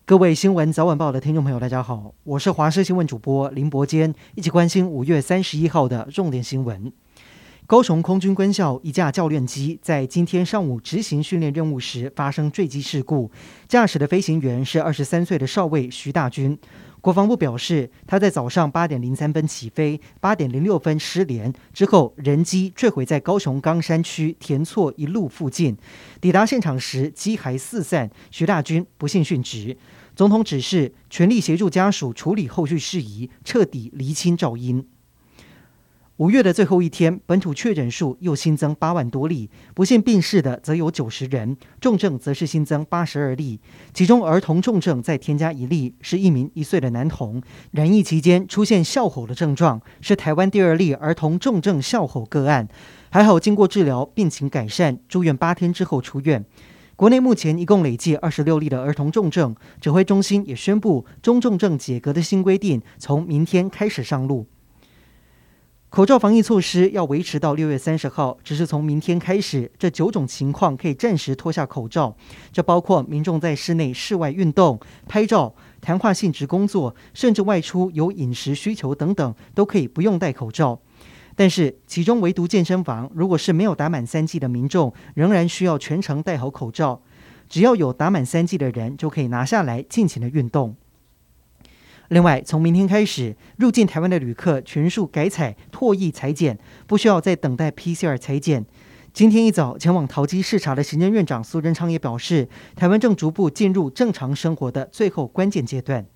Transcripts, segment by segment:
各位新闻早晚报的听众朋友，大家好，我是华视新闻主播林伯坚，一起关心5月31号的重点新闻。高雄空军官校一架教练机在今天上午执行训练任务时发生坠机事故，驾驶的飞行员是23岁的少尉徐大军。国防部表示，他在早上8点03分起飞，8点06分失联之后，人机坠毁在高雄冈山区田厝一路附近。抵达现场时，机骸四散，徐大军不幸殉职。总统指示全力协助家属处理后续事宜，彻底厘清肇因。5月的最后一天，本土确诊数又新增8万多例，不幸病逝的则有90人，重症则是新增82例，其中儿童重症再添加1例，是一名1岁的男童，染疫期间出现哮吼的症状，是台湾第2例儿童重症哮吼个案，还好经过治疗病情改善，住院8天之后出院。国内目前一共累计26例的儿童重症，指挥中心也宣布中重症解隔的新规定从明天开始上路。口罩防疫措施要维持到6月30号，只是从明天开始，这9种情况可以暂时脱下口罩，这包括民众在室内、室外运动、拍照、谈话性质工作，甚至外出有饮食需求等等，都可以不用戴口罩。但是其中唯独健身房，如果是没有打满3剂的民众，仍然需要全程戴好口罩。只要有打满3剂的人，就可以拿下来尽情的运动。另外，从明天开始，入境台湾的旅客全数改采唾液采检，不需要再等待 PCR 采检。今天一早前往桃机视察的行政院长苏贞昌也表示，台湾正逐步进入正常生活的最后关键阶段。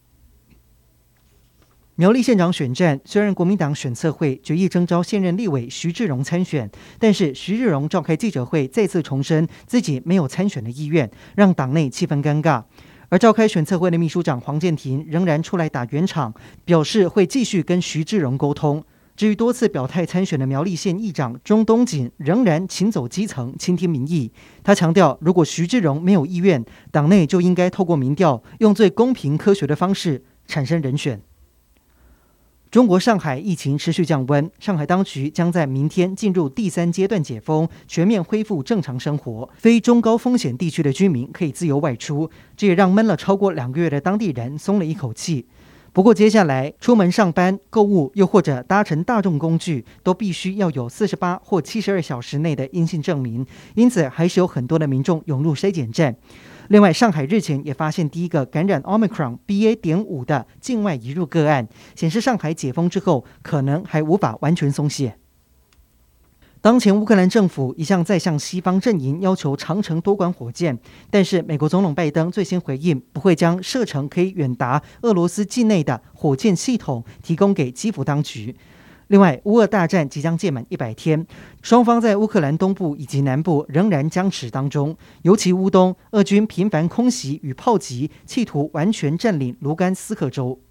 苗栗县长选战，虽然国民党选策会决议征召现任立委徐志荣参选，但是徐志荣召开记者会，再次重申自己没有参选的意愿，让党内气氛尴尬。而召开选策会的秘书长黄健庭仍然出来打圆场，表示会继续跟徐志荣沟通。至于多次表态参选的苗栗县议长钟东锦，仍然勤走基层，倾听民意。他强调，如果徐志荣没有意愿，党内就应该透过民调，用最公平科学的方式产生人选。中国上海疫情持续降温，上海当局将在明天进入第3阶段解封，全面恢复正常生活。非中高风险地区的居民可以自由外出，这也让闷了超过2个月的当地人松了一口气。不过接下来出门上班、购物，又或者搭乘大众工具，都必须要有48或72小时内的阴性证明，因此还是有很多的民众涌入筛检站。另外，上海日前也发现第一个感染 Omicron BA.5 的境外移入个案，显示上海解封之后可能还无法完全松懈。当前乌克兰政府一向在向西方阵营要求长程多管火箭，但是美国总统拜登最先回应，不会将射程可以远达俄罗斯境内的火箭系统提供给基辅当局。另外，乌俄大战即将届满100天，双方在乌克兰东部以及南部仍然僵持当中，尤其乌东，俄军频繁空袭与炮击，企图完全占领卢甘斯克州。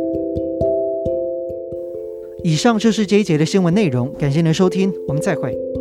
以上就是这一节的新闻内容，感谢您的收听，我们再会。